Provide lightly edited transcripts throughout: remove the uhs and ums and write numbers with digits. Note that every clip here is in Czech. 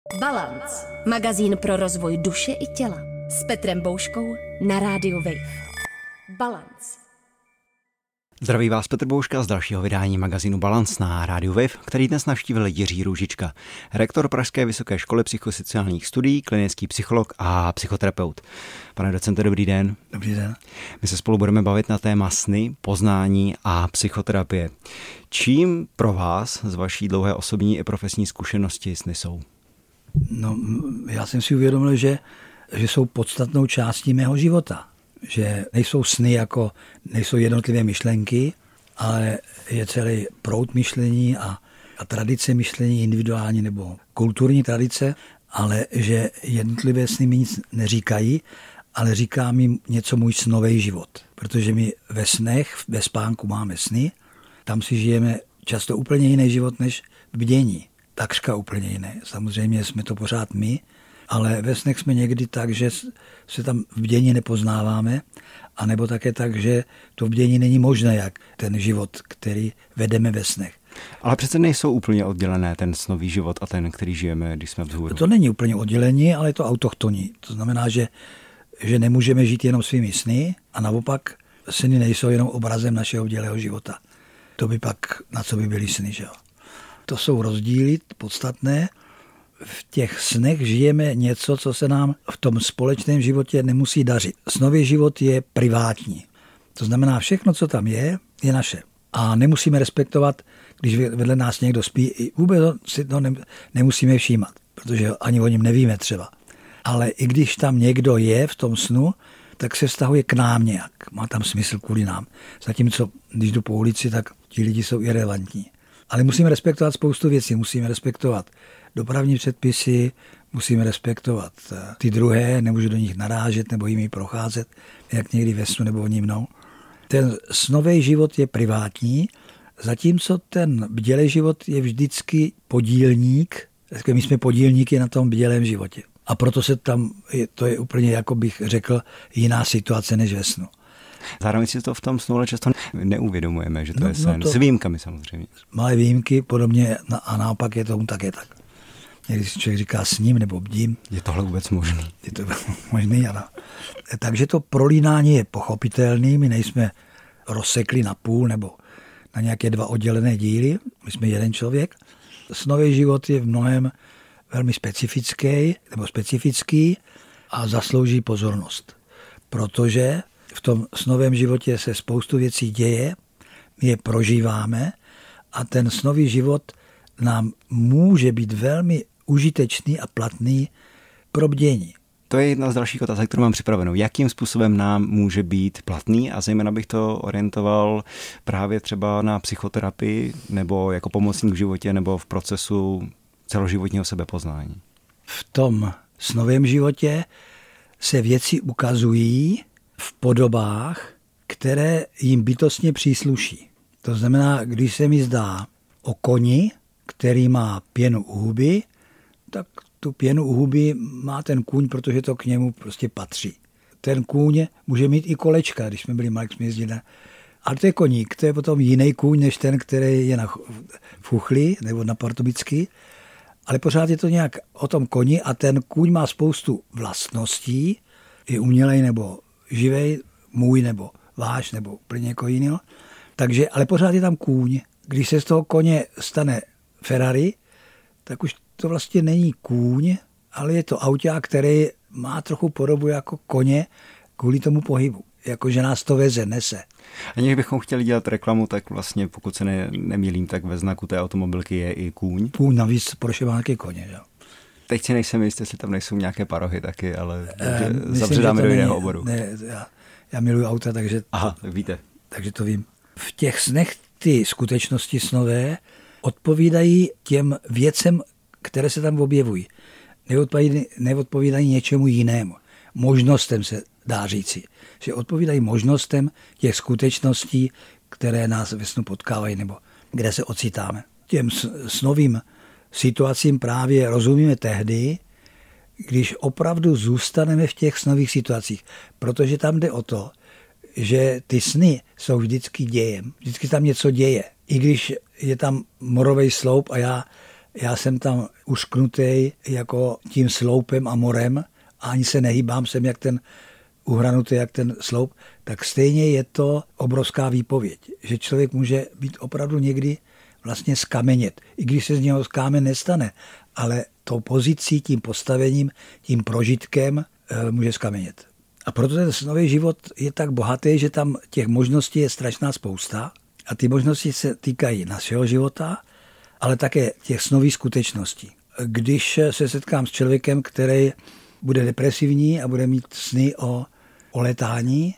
Balance. Magazín pro rozvoj duše i těla. S Petrem Bouškou na rádiu Wave. Balance. Zdraví vás Petr Bouška z dalšího vydání magazínu Balance na rádiu Wave, který dnes navštívil Jiří Růžička, rektor Pražské vysoké školy psychosociálních studií, klinický psycholog a psychoterapeut. Pane docente, dobrý den. Dobrý den. My se spolu budeme bavit na téma sny, poznání a psychoterapie. Čím pro vás z vaší dlouhé osobní i profesní zkušenosti sny jsou? No, já jsem si uvědomil, že jsou podstatnou částí mého života. Že nejsou sny jako, nejsou jednotlivé myšlenky, ale je celý proud myšlení a tradice myšlení, individuální nebo kulturní tradice, ale že jednotlivé sny mi nic neříkají, ale říká mi něco můj snový život. Protože my ve snech, ve spánku máme sny, tam si žijeme často úplně jiný život než v bdění. Takřka úplně jiné. Samozřejmě jsme to pořád my, ale ve snech jsme někdy tak, že se tam v bdění nepoznáváme, anebo také tak, že to v bdění není možné, jak ten život, který vedeme ve snech. Ale přece nejsou úplně oddělené ten snový život a ten, který žijeme, když jsme vzhůru. To není úplně oddělení, ale je to autochtonní. To znamená, že nemůžeme žít jenom svými sny a naopak sny nejsou jenom obrazem našeho bdělého života. To by pak, na co by byly sny, že jo? To jsou rozdíly podstatné. V těch snech žijeme něco, co se nám v tom společném životě nemusí dařit. Snový život je privátní. To znamená, všechno, co tam je naše. A nemusíme respektovat, když vedle nás někdo spí, vůbec si to nemusíme všímat, protože ani o něm nevíme třeba. Ale i když tam někdo je v tom snu, tak se vztahuje k nám nějak. Má tam smysl kvůli nám. Zatímco, když jdu po ulici, tak ti lidi jsou irelevantní. Ale musíme respektovat spoustu věcí. Musíme respektovat dopravní předpisy, musíme respektovat ty druhé, nemůžu do nich narážet nebo jimi procházet, jak někdy ve snu nebo oni mnou. Ten snový život je privátní, zatímco ten bdělý život je vždycky podílník, my jsme podílníky na tom bdělém životě. A proto se tam, to je úplně, jako bych řekl, jiná situace než ve snu. Zároveň si to v tom snu ale často neuvědomujeme, že to je sen. S výjimkami samozřejmě. Malé výjimky, podobně a naopak je tomu také tak. Když si člověk říká sním nebo bdím. Je tohle vůbec možný? Je to možný, ano. Takže to prolínání je pochopitelný, my nejsme rozsekli na půl nebo na nějaké dva oddělené díly, my jsme jeden člověk. Snový život je v mnohem velmi specifický a zaslouží pozornost. Protože v tom snovém životě se spoustu věcí děje, my je prožíváme a ten snový život nám může být velmi užitečný a platný pro bdění. To je jedna z dalších otázek, kterou mám připravenou. Jakým způsobem nám může být platný a zejména bych to orientoval právě třeba na psychoterapii nebo jako pomocník v životě nebo v procesu celoživotního sebepoznání? V tom snovém životě se věci ukazují v podobách, které jim bytostně přísluší. To znamená, když se mi zdá o koni, který má pěnu u huby, tak tu pěnu u huby má ten kůň, protože to k němu prostě patří. Ten kůň může mít i kolečka, když jsme byli malí, jsme jezdili. Ale to je koník, to je potom jiný kůň, než ten, který je v Chuchli nebo na Pardubický. Ale pořád je to nějak o tom koni a ten kůň má spoustu vlastností, je umělej nebo živej, můj nebo váš nebo úplně někoho jiného. Takže, ale pořád je tam kůň. Když se z toho koně stane Ferrari, tak už to vlastně není kůň, ale je to auták, který má trochu podobu jako koně kvůli tomu pohybu. Jako že nás to veze, nese. A když bychom chtěli dělat reklamu, tak vlastně pokud se nemýlím, tak ve znaku té automobilky je i kůň. Kůň navíc Porsche má nějaké koně, jo. Teď si nejsem jistý, jestli tam nejsou nějaké parohy taky, ale zabředáme do jiného oboru. Ne, já miluji auta, takže... Aha, tak víte. Takže to vím. V těch snech ty skutečnosti snové odpovídají těm věcem, které se tam objevují. Neodpovídají něčemu jinému. Možnostem se dá říci. Že odpovídají možnostem těch skutečností, které nás ve snu potkávají nebo kde se ocitáme. Těm snovým situacím právě rozumíme tehdy, když opravdu zůstaneme v těch snových situacích. Protože tam jde o to, že ty sny jsou vždycky dějem. Vždycky tam něco děje. I když je tam morovej sloup a já já jsem tam usknutý jako tím sloupem a morem a ani se nehýbám, jsem jak ten uhranutý, jak ten sloup, tak stejně je to obrovská výpověď, že člověk může být opravdu někdy vlastně skamenět, i když se z něho kámen nestane, ale tou pozicí, tím postavením, tím prožitkem může skamenět. A proto ten snový život je tak bohatý, že tam těch možností je strašná spousta a ty možnosti se týkají našeho života, ale také těch snových skutečností. Když se setkám s člověkem, který bude depresivní a bude mít sny o letání,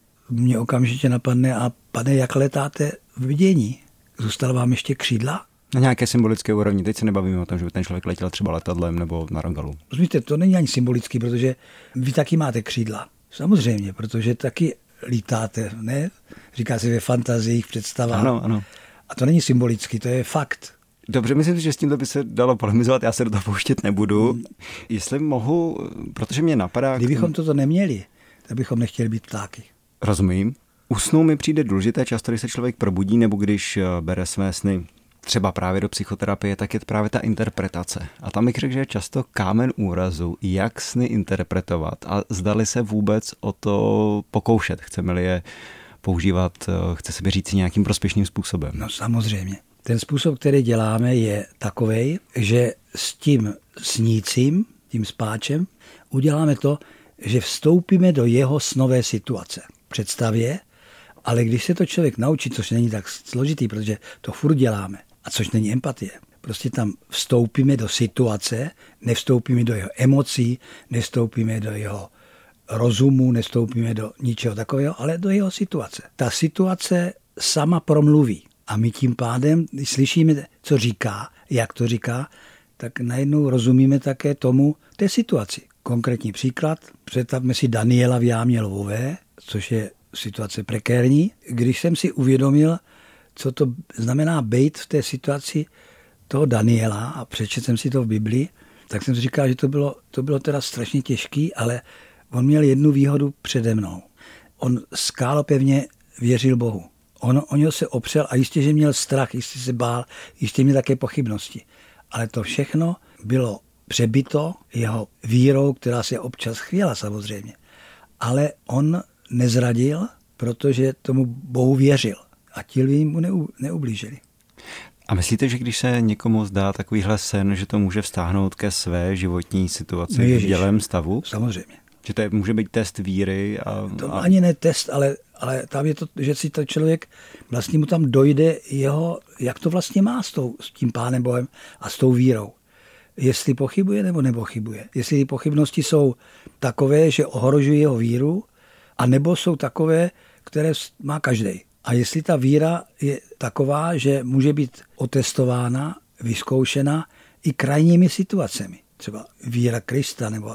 mě okamžitě napadne, a pane, jak letáte v vidění? Zůstala vám ještě křídla? Na nějaké symbolické úrovni. Teď se nebavíme o tom, že by ten člověk letěl třeba letadlem nebo na Rogalu. Rozumíte, to není ani symbolický, protože vy taky máte křídla. Samozřejmě, protože taky lítáte, ne? Říká se ve fantaziích, představách. Ano. A to není symbolický, to je fakt. Dobře, myslím si, že s tímto by se dalo polemizovat, já se do toho pouštět nebudu. Jestli mohu, protože mě napadá... Kdybychom toto neměli, tak bychom nechtěli být ptáky. Rozumím. U snů mi přijde důležité často, když se člověk probudí nebo když bere své sny třeba právě do psychoterapie, tak je právě ta interpretace. A tam bych řekl, že je často kámen úrazu, jak sny interpretovat a zdali se vůbec o to pokoušet. Chceme-li je používat, chce se mi říct, nějakým prospěšným způsobem. No samozřejmě. Ten způsob, který děláme, je takovej, že s tím snícím, tím spáčem, uděláme to, že vstoupíme do jeho snové situace. Představě, ale když se to člověk naučí, což není tak složitý, protože to furt děláme, a což není empatie. Prostě tam vstoupíme do situace, nevstoupíme do jeho emocí, nevstoupíme do jeho rozumu, nevstoupíme do ničeho takového, ale do jeho situace. Ta situace sama promluví. A my tím pádem, když slyšíme, co říká, jak to říká, tak najednou rozumíme také tomu, té situaci. Konkrétní příklad, představme si Daniela v jámě lvové, což je situace prekérní. Když jsem si uvědomil, co to znamená být v té situaci toho Daniela, a přečetl jsem si to v Biblii, tak jsem si říkal, že to bylo teda strašně těžký, ale on měl jednu výhodu přede mnou. On skálopevně věřil Bohu. On o něho se opřel a jistě, že měl strach, jistě se bál, jistě měl také pochybnosti. Ale to všechno bylo přebito jeho vírou, která se občas chvěla samozřejmě. Ale on nezradil, protože tomu Bohu věřil. A ti lidi mu neublížili. A myslíte, že když se někomu zdá takovýhle sen, že to může vztáhnout ke své životní situaci v dělém stavu? Samozřejmě. Že to může být test víry? Ani ne test, ale tam je to, že si to člověk, vlastně mu tam dojde jeho, jak to vlastně má s tím Pánem Bohem a s tou vírou. Jestli pochybuje nebo nepochybuje. Jestli pochybnosti jsou takové, že ohrožují jeho víru, a nebo jsou takové, které má každý. A jestli ta víra je taková, že může být otestována, vyzkoušena i krajními situacemi. Třeba víra Krista nebo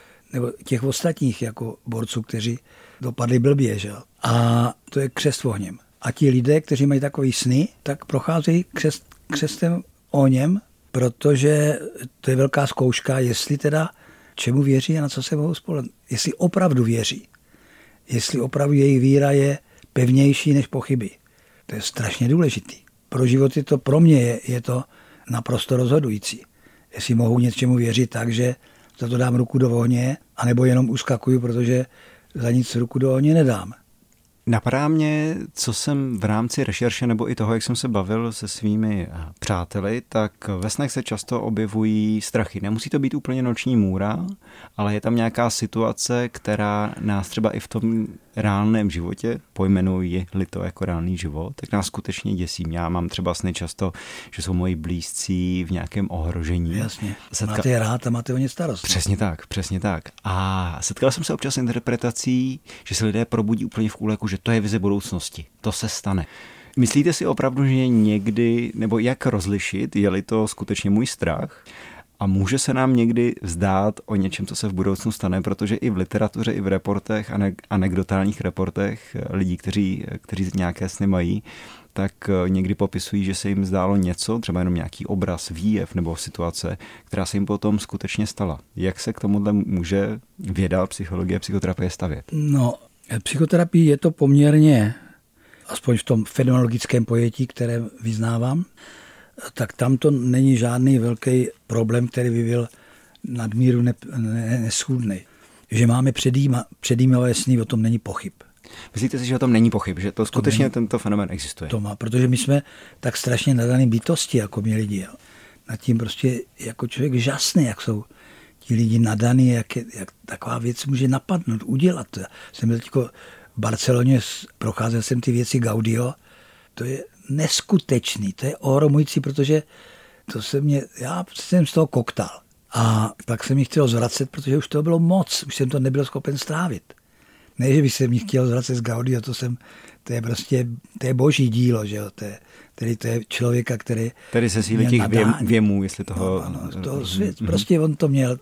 těch ostatních jako borců, kteří dopadli blbě. Že? A to je křest ohněm. A ti lidé, kteří mají takový sny, tak procházejí křestem ohněm, protože to je velká zkouška, jestli teda čemu věří a na co se mohou spolehnout. Jestli opravdu věří. Jestli opravdu jejich víra je pevnější než pochyby. To je strašně důležitý. Pro život je to, pro mě je to naprosto rozhodující. Jestli mohu něčemu věřit tak, že za to dám ruku do ohně, anebo jenom uskakuju, protože za nic ruku do ohně nedám. Napadá mě, co jsem v rámci rešerše nebo i toho, jak jsem se bavil se svými přáteli, tak ve snech se často objevují strachy. Nemusí to být úplně noční můra, ale je tam nějaká situace, která nás třeba i v tom reálném životě, pojmenuji-li to jako reálný život, tak nás skutečně děsí. Já mám třeba sny často, že jsou moji blízcí v nějakém ohrožení. Jasně, máte je rád a máte o ně starost. Přesně tak. A setkal jsem se občas s interpretací, že se lidé probudí úplně v úleku, že to je vize budoucnosti. To se stane. Myslíte si opravdu, že někdy, nebo jak rozlišit, je-li to skutečně můj strach? A může se nám někdy zdát o něčem, co se v budoucnu stane, protože i v literatuře, i v reportech, anekdotálních reportech lidí, kteří nějaké sny mají, tak někdy popisují, že se jim zdálo něco, třeba jenom nějaký obraz, výjev nebo situace, která se jim potom skutečně stala. Jak se k tomuhle může věda, psychologie, psychoterapie stavět? No, psychoterapii je to poměrně, aspoň v tom fenomenologickém pojetí, které vyznávám, tak tam to není žádný velký problém, který by byl nadmíru neschůdný. Že máme předjímavé sny, o tom není pochyb. Myslíte si, že o tom není pochyb, že to skutečně tento fenomén existuje? To má, protože my jsme tak strašně nadaný bytosti, jako my lidi. Jo. Nad tím prostě jako člověk žasný, jak jsou ti lidi nadaný, jak taková věc může napadnout, udělat. Já jsem byl v Barceloně, procházel jsem ty věci Gaudio, to je neskutečný, to je ohromující, protože já jsem z toho koktal. A pak jsem ji chtěl zvracet, protože už to bylo moc, už jsem to nebyl schopen strávit. Ne, že bych se mi chtěl zvracet z Gaudia, to je boží dílo, že jo, to je člověka, který... Tedy se síly těch věmů, jestli toho... Prostě on to měl,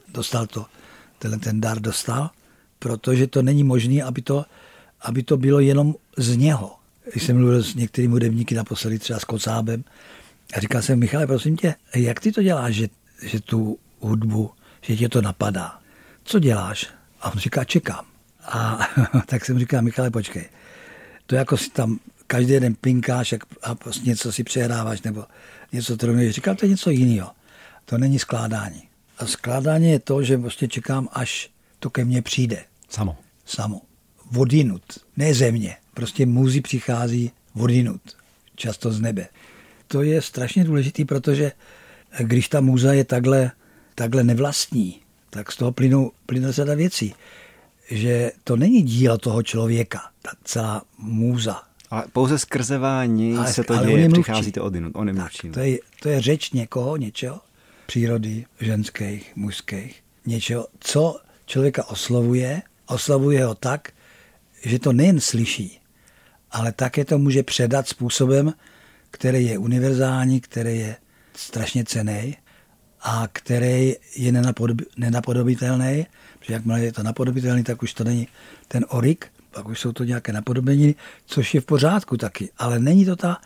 ten dar dostal, protože to není možné, aby to bylo jenom z něho. Když jsem mluvil s některými hudebníky naposledy, třeba s Kocábem, a říkal jsem, Michale, prosím tě, jak ty to děláš, že tu hudbu, že tě to napadá? Co děláš? A on říká, čekám. A tak jsem říkal, Michale, počkej, to jako si tam každý den pinkáš a prostě něco si přehráváš nebo něco trumíš. Říkal, to je něco jiného. To není skládání. A skládání je to, že prostě čekám, až to ke mně přijde. Samo. Vodinut. Ne ze mě. Prostě muzy přichází vodinut. Často z nebe. To je strašně důležitý, protože když ta muza je takhle nevlastní, tak z toho plyne řada věcí. Že to není dílo toho člověka, ta celá můza. Ale pouze skrzevání se to děje, přichází to odinut, on nemluvčí. To je řeč něčeho, přírody, ženských, mužských, něčeho, co člověka oslavuje ho tak, že to nejen slyší, ale také to může předat způsobem, který je univerzální, který je strašně cenný a který je nenapodobitelný, protože jakmile je to napodobitelný, tak už to není ten orik, pak už jsou to nějaké napodobení, což je v pořádku taky, ale není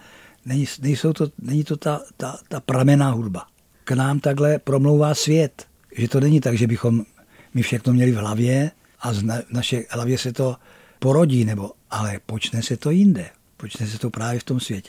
to ta pramenná hudba. K nám takhle promlouvá svět, že to není tak, že bychom my všechno měli v hlavě a v naše hlavě se to porodí, ale počne se to jinde, počne se to právě v tom světě.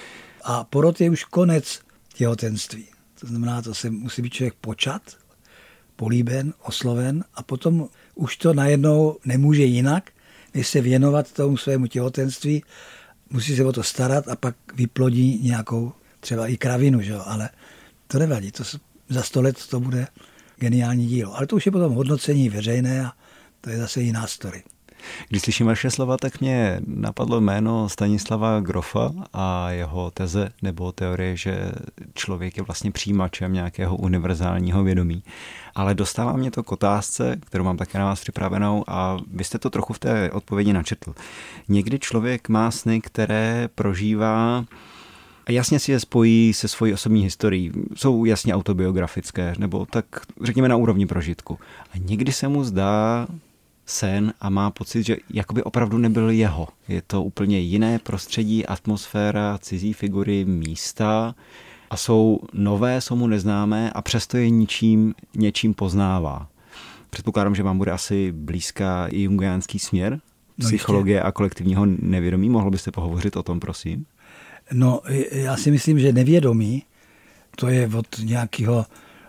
A porod je už konec těhotenství. To znamená, to se musí být člověk počat, políben, osloven a potom už to najednou nemůže jinak, než se věnovat tomu svému těhotenství, musí se o to starat a pak vyplodí nějakou třeba i kravinu, že jo? Ale to nevadí, za 100 let to bude geniální dílo. Ale to už je potom hodnocení veřejné a to je zase jiná story. Když slyším vaše slova, tak mě napadlo jméno Stanislava Grofa a jeho teze nebo teorie, že člověk je vlastně přijímačem nějakého univerzálního vědomí. Ale dostává mě to k otázce, kterou mám také na vás připravenou a vy jste to trochu v té odpovědi načetl. Někdy člověk má sny, které prožívá a jasně si je spojí se svojí osobní historií. Jsou jasně autobiografické, nebo tak řekněme na úrovni prožitku. A někdy se mu zdá sen a má pocit, že jakoby opravdu nebyl jeho. Je to úplně jiné prostředí, atmosféra, cizí figury, místa a jsou nové, jsou mu neznámé a přesto je něčím poznává. Předpokládám, že vám bude asi blízká i jungiánský směr, psychologie a kolektivního nevědomí. Mohl byste pohovořit o tom, prosím? No, já si myslím, že nevědomí, to je od nějakého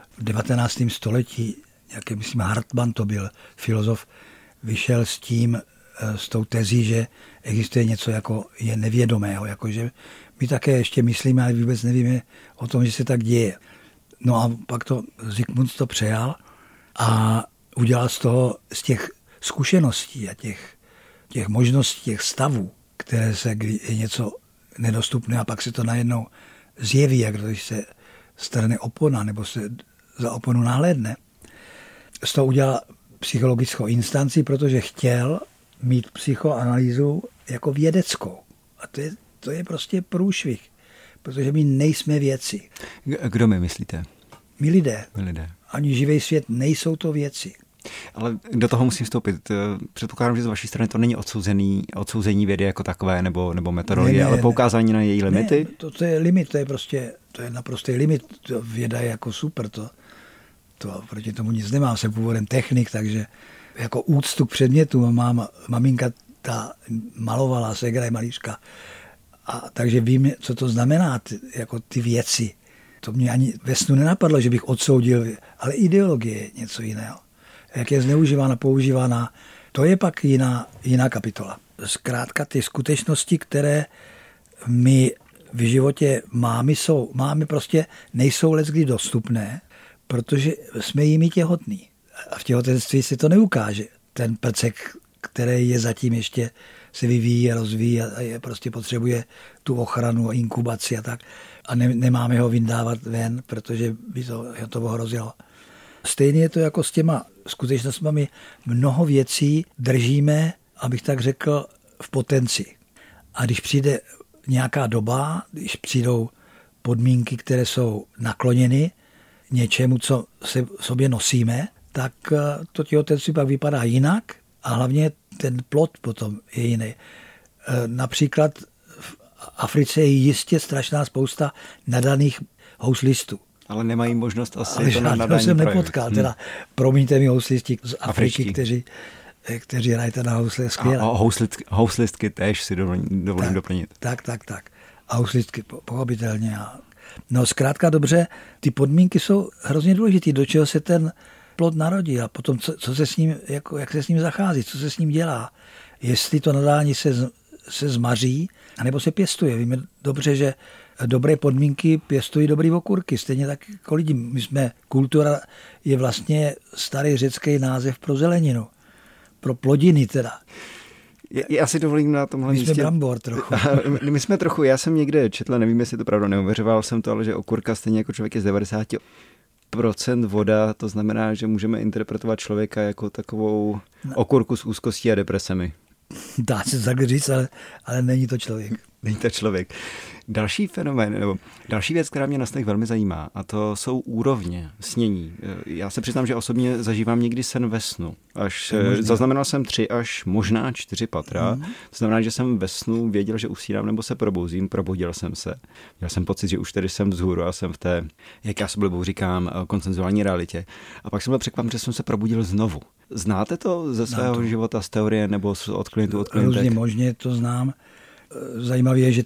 19. století, nějaký, myslím, Hartmann to byl filozof, vyšel s tou tezí, že existuje něco jako je nevědomého, jakože my také ještě myslíme, ale vůbec nevíme o tom, že se tak děje. No a pak to Zikmund to přejal a udělal z těch zkušeností a těch možností, těch stavů, které se, kdy je něco nedostupné a pak se to najednou zjeví, jak když se strhne opona nebo se za oponu nahlédne. Z toho udělal psychologickou instanci, protože chtěl mít psychoanalýzu jako vědeckou. A to je prostě průšvih, protože my nejsme věci. Kdo my myslíte? My lidé. lidé. Ani živý svět nejsou to věci. Ale do toho musím vstoupit. Předpokládám, že z vaší strany to není odsouzení vědy jako takové nebo metodologie, ale poukázání na její limity? Ne, to je limit, to je naprostý limit. Věda je jako super, to proti tomu nic nemám, jsem původem technik, takže jako úctu k předmětu maminka ta malovala, segra je malířka. A takže vím, co to znamená, jako ty věci, To mě ani ve snu nenapadlo, že bych odsoudil, ale ideologie je něco jiného. Jak je zneužívána, používána, to je pak jiná kapitola. Zkrátka ty skutečnosti, které my v životě máme prostě nejsou leckdy dostupné, protože jsme jimi těhotní. A v těhotenství se to neukáže. Ten prcek, který je zatím ještě se vyvíjí a rozvíjí a prostě potřebuje tu ochranu, inkubaci a tak. A nemáme ho vyndávat ven, protože by to ohrozilo. Stejně je to jako s těma skutečnostmi. Mnoho věcí držíme, abych tak řekl, v potenci. A když přijde nějaká doba, když přijdou podmínky, které jsou nakloněny něčemu, co se v sobě nosíme, tak to těhotenství pak vypadá jinak a hlavně ten plod potom je jiný. Například v Africe je jistě strašná spousta nadaných houslistů. Ale nemají možnost asi ale to na nadání jsem projevit. nepotkal. Teda, promiňte mi houslisti z Afriky, kteří hrajete na housle skvěle. A houslistky též si dovolím doplnit. Tak. A houslistky pochopitelně. No zkrátka dobře, ty podmínky jsou hrozně důležité, do čeho se ten plod narodí a potom co se s ním, jak se s ním zachází, co se s ním dělá. Jestli to nadání se zmaří, anebo se pěstuje. Víme dobře, že dobré podmínky pěstují dobrý okurky, stejně tak jako lidi. Kultura je vlastně starý řecký název pro zeleninu, pro plodiny teda. Já si dovolím na tomhle místě. My jsme brambor trochu. My jsme trochu, já jsem někde četl, nevím, jestli to pravda, neuvěřoval jsem to, ale že okurka stejně jako člověk je z 90% voda, to znamená, že můžeme interpretovat člověka jako takovou okurku s úzkostí a depresemi. Dá se tak říct, ale není to člověk. Není to člověk. Další fenomén, nebo další věc, která mě na snech velmi zajímá, a to jsou úrovně snění. Já se přiznám, že osobně zažívám někdy sen ve snu. Zaznamenal jsem 3 až možná 4 patra. To znamená, že jsem ve snu věděl, že usínám nebo se probouzím. Probudil jsem se. Měl jsem pocit, že už tedy jsem vzhůru a jsem v té, jak já s oblibou říkám, konsenzuální realitě. A pak jsem byl překvapen, že jsem se probudil znovu. Znáte to ze svého života, z teorie nebo od klientů, od klientek? Různě možně to znám. Zajímavé je, že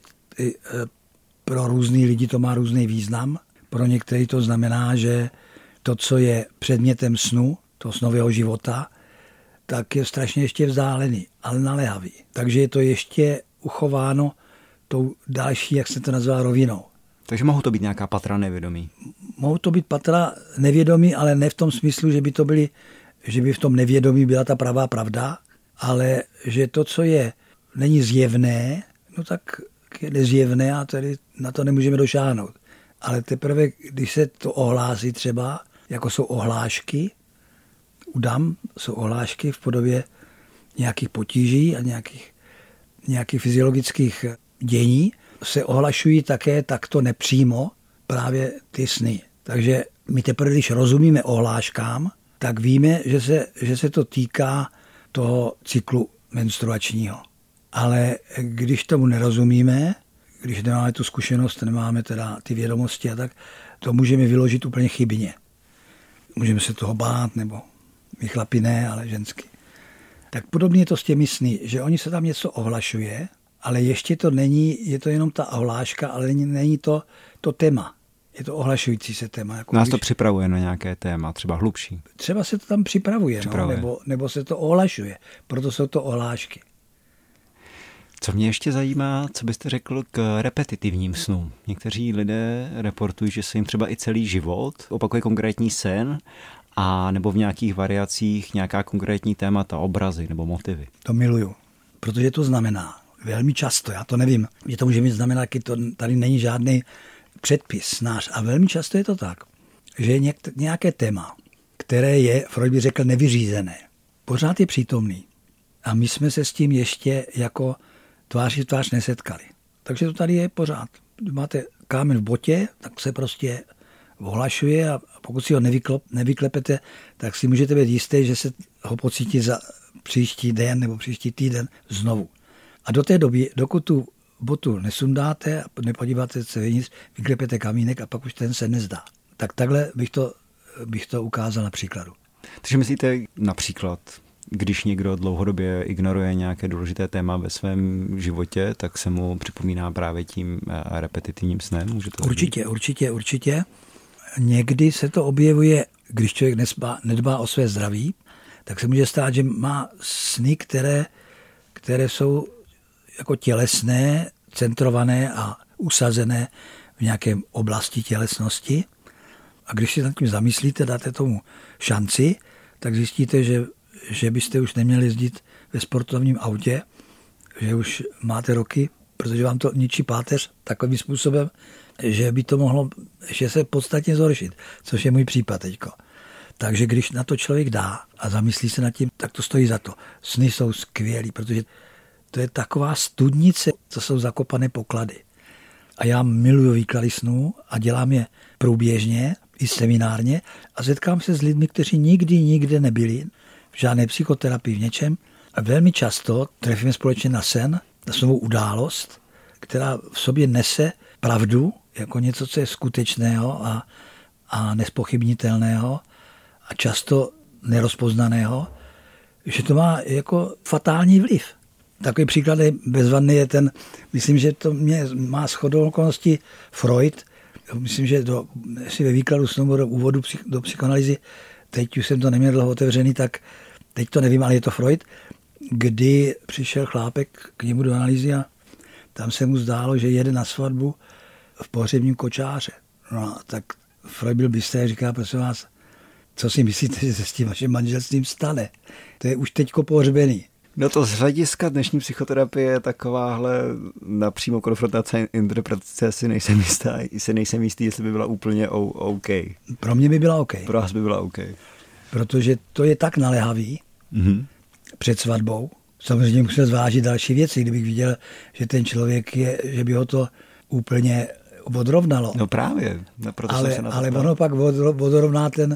pro různý lidi to má různý význam. Pro některý to znamená, že to, co je předmětem snu, toho snového života, tak je strašně ještě vzdálený, ale naléhavý. Takže je to ještě uchováno tou další, jak se to nazývá, rovinou. Takže mohou to být nějaká patra nevědomí? Mohou to být patra nevědomí, ale ne v tom smyslu, že by v tom nevědomí byla ta pravá pravda, ale že to, co není zjevné, no tak je nezjevné a tedy na to nemůžeme došáhnout. Ale teprve, když se to ohlásí třeba, jako jsou ohlášky, u dam jsou ohlášky v podobě nějakých potíží a nějakých fyziologických dění, se ohlašují také takto nepřímo právě ty sny. Takže my teprve, když rozumíme ohláškám, tak víme, že se to týká toho cyklu menstruačního. Ale když tomu nerozumíme, když nemáme tu zkušenost, nemáme teda ty vědomosti a tak, to můžeme vyložit úplně chybně. Můžeme se toho bát, nebo my chlapi ne, ale ženský. Tak podobně je to s těmi sny, že oni se tam něco ohlašuje, ale ještě to není, je to jenom ta ohláška, ale není to téma. Je to ohlašující se téma. Jako Nás to připravuje na nějaké téma, třeba hlubší. Třeba se to tam připravuje. No, nebo se to ohlašuje. Proto jsou to ohlášky. Co mě ještě zajímá, co byste řekl k repetitivním snům? Někteří lidé reportují, že se jim třeba i celý život opakuje konkrétní sen a nebo v nějakých variacích nějaká konkrétní témata, obrazy nebo motivy. To miluju, protože to znamená velmi často, já to nevím, že to může mít znamenat, tady není žádný předpis náš a velmi často je to tak, že je nějaké téma, které je, Freud by řekl, nevyřízené. Pořád je přítomný a my jsme se s tím ještě jako tváří v tvář nesetkali. Takže to tady je pořád. Když máte kámen v botě, tak se prostě ohlašuje a pokud si ho nevyklepete, tak si můžete být jistý, že se ho pocítí za příští den nebo příští týden znovu. A do té doby, dokud tu botu nesundáte a nepodíváte se vevnitř, vyklepete kamínek a pak už ten se nezdá. Tak takhle bych to ukázal na příkladu. Takže myslíte například když někdo dlouhodobě ignoruje nějaké důležité téma ve svém životě, tak se mu připomíná právě tím repetitivním snem? Může to Určitě. Někdy se to objevuje, když člověk nedbá o své zdraví, tak se může stát, že má sny, které jsou jako tělesné, centrované a usazené v nějaké oblasti tělesnosti. A když si nad tím zamyslíte, dáte tomu šanci, tak zjistíte, že byste už neměli jezdit ve sportovním autě, že už máte roky, protože vám to ničí páteř takovým způsobem, že by to mohlo že se podstatně zhoršit, což je můj případ teďko. Takže když na to člověk dá a zamyslí se nad tím, tak to stojí za to. Sny jsou skvělý, protože to je taková studnice, co jsou zakopané poklady. A já miluju výklady snů a dělám je průběžně, i seminárně a setkám se s lidmi, kteří nikde nebyli v žádné psychoterapii, v něčem. A velmi často trefíme společně na sen, na svou událost, která v sobě nese pravdu, jako něco, co je skutečného a nespochybnitelného a často nerozpoznaného, že to má jako fatální vliv. Takový příklad je bezvadný je ten, myslím, že to mě má shodou okolností Freud, myslím, že ve výkladu snu do úvodu do psychoanalýzy, teď už jsem to neměl dlouho otevřený, tak teď to nevím, ale je to Freud, kdy přišel chlápek k němu do analýzy a tam se mu zdálo, že jede na svatbu v pohřebním kočáře. No tak Freud byl bystrý a říká, prosím vás, co si myslíte, že se s tím vaším manželstvím stane? To je už teďko pohřbený. No to z hlediska dnešní psychoterapie takováhle napřímo konfrontace interpretace si nejsem jistý, jestli by byla úplně OK. Pro mě by byla OK. Pro vás by byla OK. Protože to je tak naléhavý před svatbou. Samozřejmě musel zvážit další věci, kdybych viděl, že ten člověk že by ho to úplně odrovnalo. No právě. Ale ono pak odrovná ten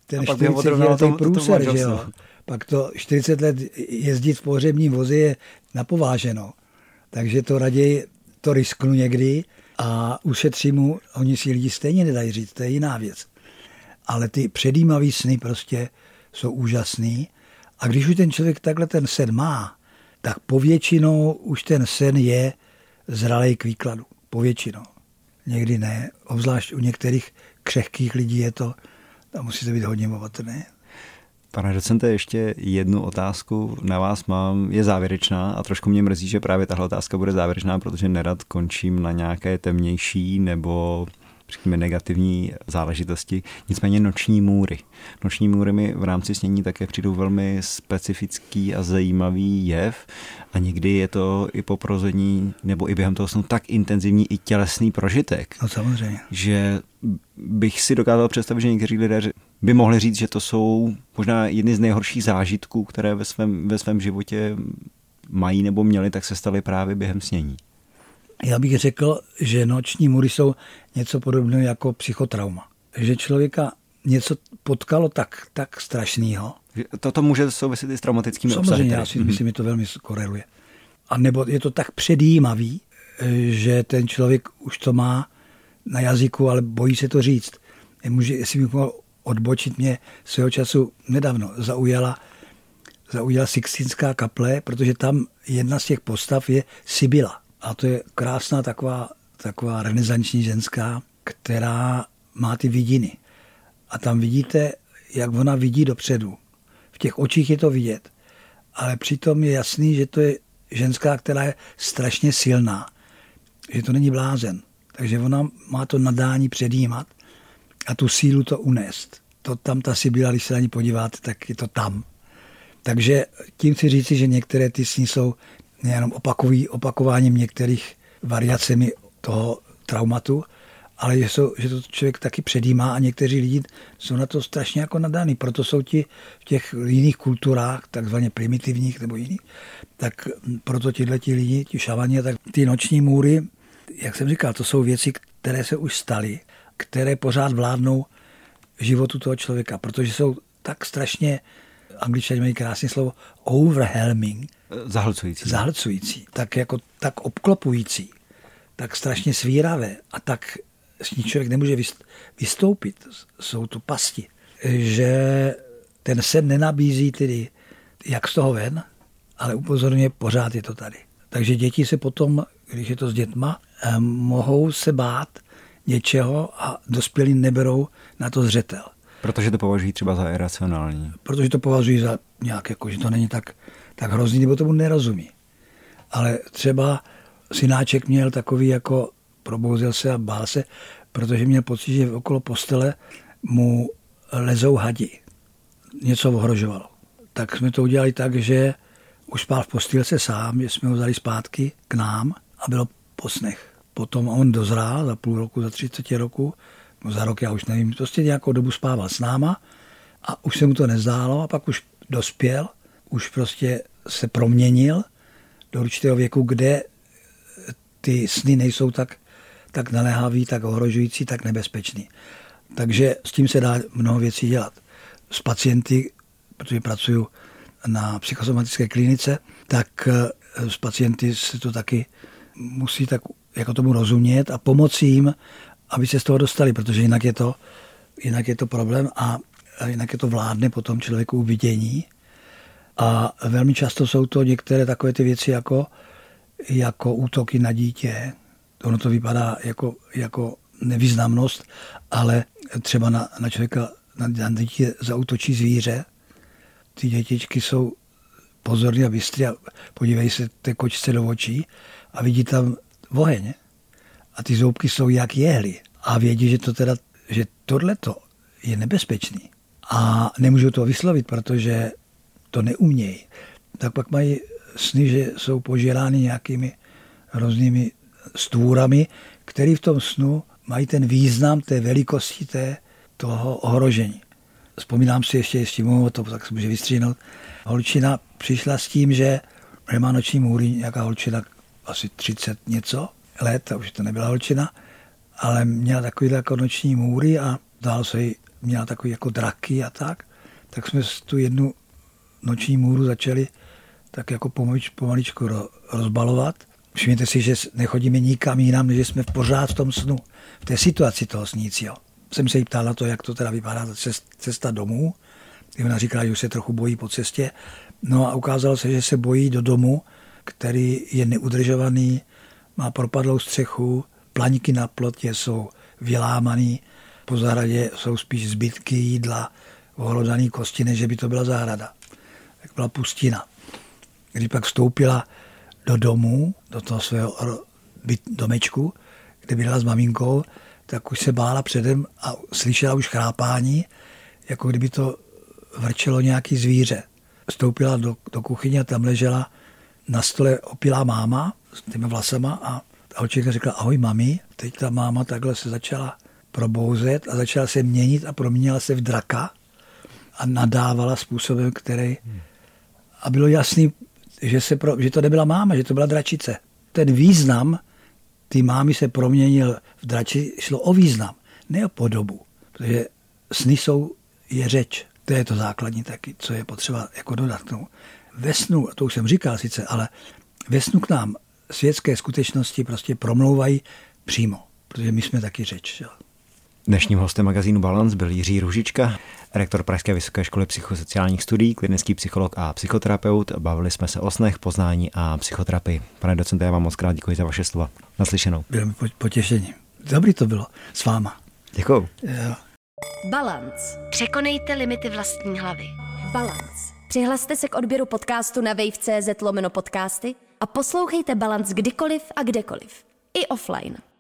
40letý průser, že jo. Pak to 40 let jezdit v pohřebním voze je napováženo. Takže to raději to risknu někdy a ušetřím mu, oni si lidi stejně nedají říct, to je jiná věc. Ale ty předjímavý sny prostě jsou úžasný. A když už ten člověk takhle ten sen má, tak povětšinou už ten sen je zralej k výkladu. Povětšinou. Někdy ne. Obzvlášť u některých křehkých lidí je to, tam musíte být hodně opatrný. Pane docente, ještě jednu otázku na vás mám, je závěrečná a trošku mě mrzí, že právě tahle otázka bude závěrečná, protože nerad končím na nějaké temnější nebo řekněme negativní záležitosti. Nicméně noční můry. Noční můry mi v rámci snění také přijdou velmi specifický a zajímavý jev a někdy je to i po prození nebo i během toho snu tak intenzivní i tělesný prožitek. No samozřejmě. Že bych si dokázal představit, že někteří lidé by mohli říct, že to jsou možná jedny z nejhorších zážitků, které ve svém životě mají nebo měli, tak se staly právě během snění. Já bych řekl, že noční můry jsou něco podobného jako psychotrauma. Že člověka něco potkalo tak strašného. Toto může souviset i s traumatickými obsahy. Samozřejmě, já si myslím, že to velmi koreluje. A nebo je to tak předjímavý, že ten člověk už to má na jazyku, ale bojí se to říct. Jestli bych mohl odbočit, mě svého času nedávno zaujala Sixtinská kaple, protože tam jedna z těch postav je Sibylla. A to je krásná taková renesanční ženská, která má ty vidiny. A tam vidíte, jak ona vidí dopředu. V těch očích je to vidět. Ale přitom je jasný, že to je ženská, která je strašně silná. Že to není blázen. Takže ona má to nadání předjímat a tu sílu to unést. To tam ta Sibylla, když se na ní podíváte, tak je to tam. Takže tím chci říci, že některé ty sny jsou nejenom opakováním některých variacemi toho traumatu, ale že to člověk taky předjímá a někteří lidi jsou na to strašně jako nadaný. Proto jsou ti v těch jiných kulturách, takzvaně primitivních nebo jiných, tak proto tihleti lidi, ti šamani, tak ty noční můry, jak jsem říkal, to jsou věci, které se už staly, které pořád vládnou životu toho člověka, protože jsou tak strašně, Angličani mají krásné slovo, overwhelming. Zahlcující. Tak obklopující. Tak strašně svíravé. A tak s ní člověk nemůže vystoupit. Jsou tu pasti. Že ten sen nenabízí ty jak z toho ven, ale upozorňuje, pořád je to tady. Takže děti se potom, když je to s dětma, mohou se bát něčeho a dospělí neberou na to zřetel. Protože to považují třeba za iracionální. Protože to považují za nějak, jako, že to není tak hrozný, nebo tomu nerozumí. Ale třeba synáček měl takový, jako probouzel se a bál se, protože měl pocit, že okolo postele mu lezou hadi. Něco ohrožovalo. Tak jsme to udělali tak, že už spál v postýlce sám, že jsme ho vzali zpátky k nám a bylo po snech. Potom on dozrál za půl roku, za 30 roku, no za rok, já už nevím, prostě nějakou dobu spával s náma a už se mu to nezdálo a pak už dospěl, už prostě se proměnil do určitého věku, kde ty sny nejsou tak naléhavý, tak ohrožující, tak nebezpečný. Takže s tím se dá mnoho věcí dělat. S pacienty, protože pracuji na psychosomatické klinice, tak s pacienty se to taky musí tak jako tomu rozumět a pomoci jim, aby se z toho dostali, protože jinak je to problém a jinak je to vládne potom člověku vidění. A velmi často jsou to některé takové ty věci jako útoky na dítě. Ono to vypadá jako nevýznamnost, ale třeba na člověka, na dítě zaútočí zvíře. Ty dětičky jsou pozorní a bystrý a podívej se té kočce do očí a vidí tam oheň. A ty zoubky jsou jak jehly. A vědí, že tohleto je nebezpečný. A nemůžou to vyslovit, protože to neumějí. Tak pak mají sny, že jsou požírány nějakými hroznými stvůrami, který v tom snu mají ten význam té velikosti toho ohrožení. Vzpomínám si ještě, jestli mohu, to tak se může vystříhnout. Holčina přišla s tím, že má noční můry, nějaká holčina asi 30 něco let, a už to nebyla holčina, ale měla takový jako noční můry a dál se jí měla takový jako draky a tak jsme tu jednu noční můru začali tak jako pomaličku rozbalovat. Všimněte si, že nechodíme nikam jinam, než jsme pořád v tom snu, v té situaci toho snícího. Jsem se jí ptal na to, jak to teda vypadá ta cesta domů. Ona říkala, že už se trochu bojí po cestě. No a ukázalo se, že se bojí do domu, který je neudržovaný, má propadlou střechu, plaňky na plotě jsou vylámaný, po zahradě jsou spíš zbytky jídla, ohlodaný kosti, než že by to byla zahrada. Tak byla pustina. Když pak vstoupila do domu, do toho svého domečku, kde bydlela s maminkou, tak už se bála předem a slyšela už chrápání, jako kdyby to vrčelo nějaký zvíře. Vstoupila do kuchyně a tam ležela na stole opilá máma s těmi vlasama a holčinka řekla ahoj mami. Teď ta máma takhle se začala probouzet a začala se měnit a proměnila se v draka a nadávala způsobem, který... A bylo jasný, že to nebyla máma, že to byla dračice. Ten význam ty mámy se proměnil v drači, šlo o význam, ne o podobu. Protože sny je řeč. To je to základní taky, co je potřeba jako dodat k tomu. Ve snu, to už jsem říkal sice, ale ve snu k nám světské skutečnosti prostě promlouvají přímo, protože my jsme taky řeč. Jo. Dnešním hostem magazínu Balance byl Jiří Růžička, rektor Pražské vysoké školy psychosociálních studií, klinický psycholog a psychoterapeut. Bavili jsme se o snech, poznání a psychoterapii. Pane docente, já vám moc krát děkuji za vaše slova. Naslyšenou. Bylo mi potěšení. Dobrý to bylo s váma. Děkuju. Jo. Balance. Překonejte limity vlastní hlavy. Balance. Přihlaste se k odběru podcastu na wave.cz/podcasty a poslouchejte Balance kdykoliv a kdekoliv. I offline.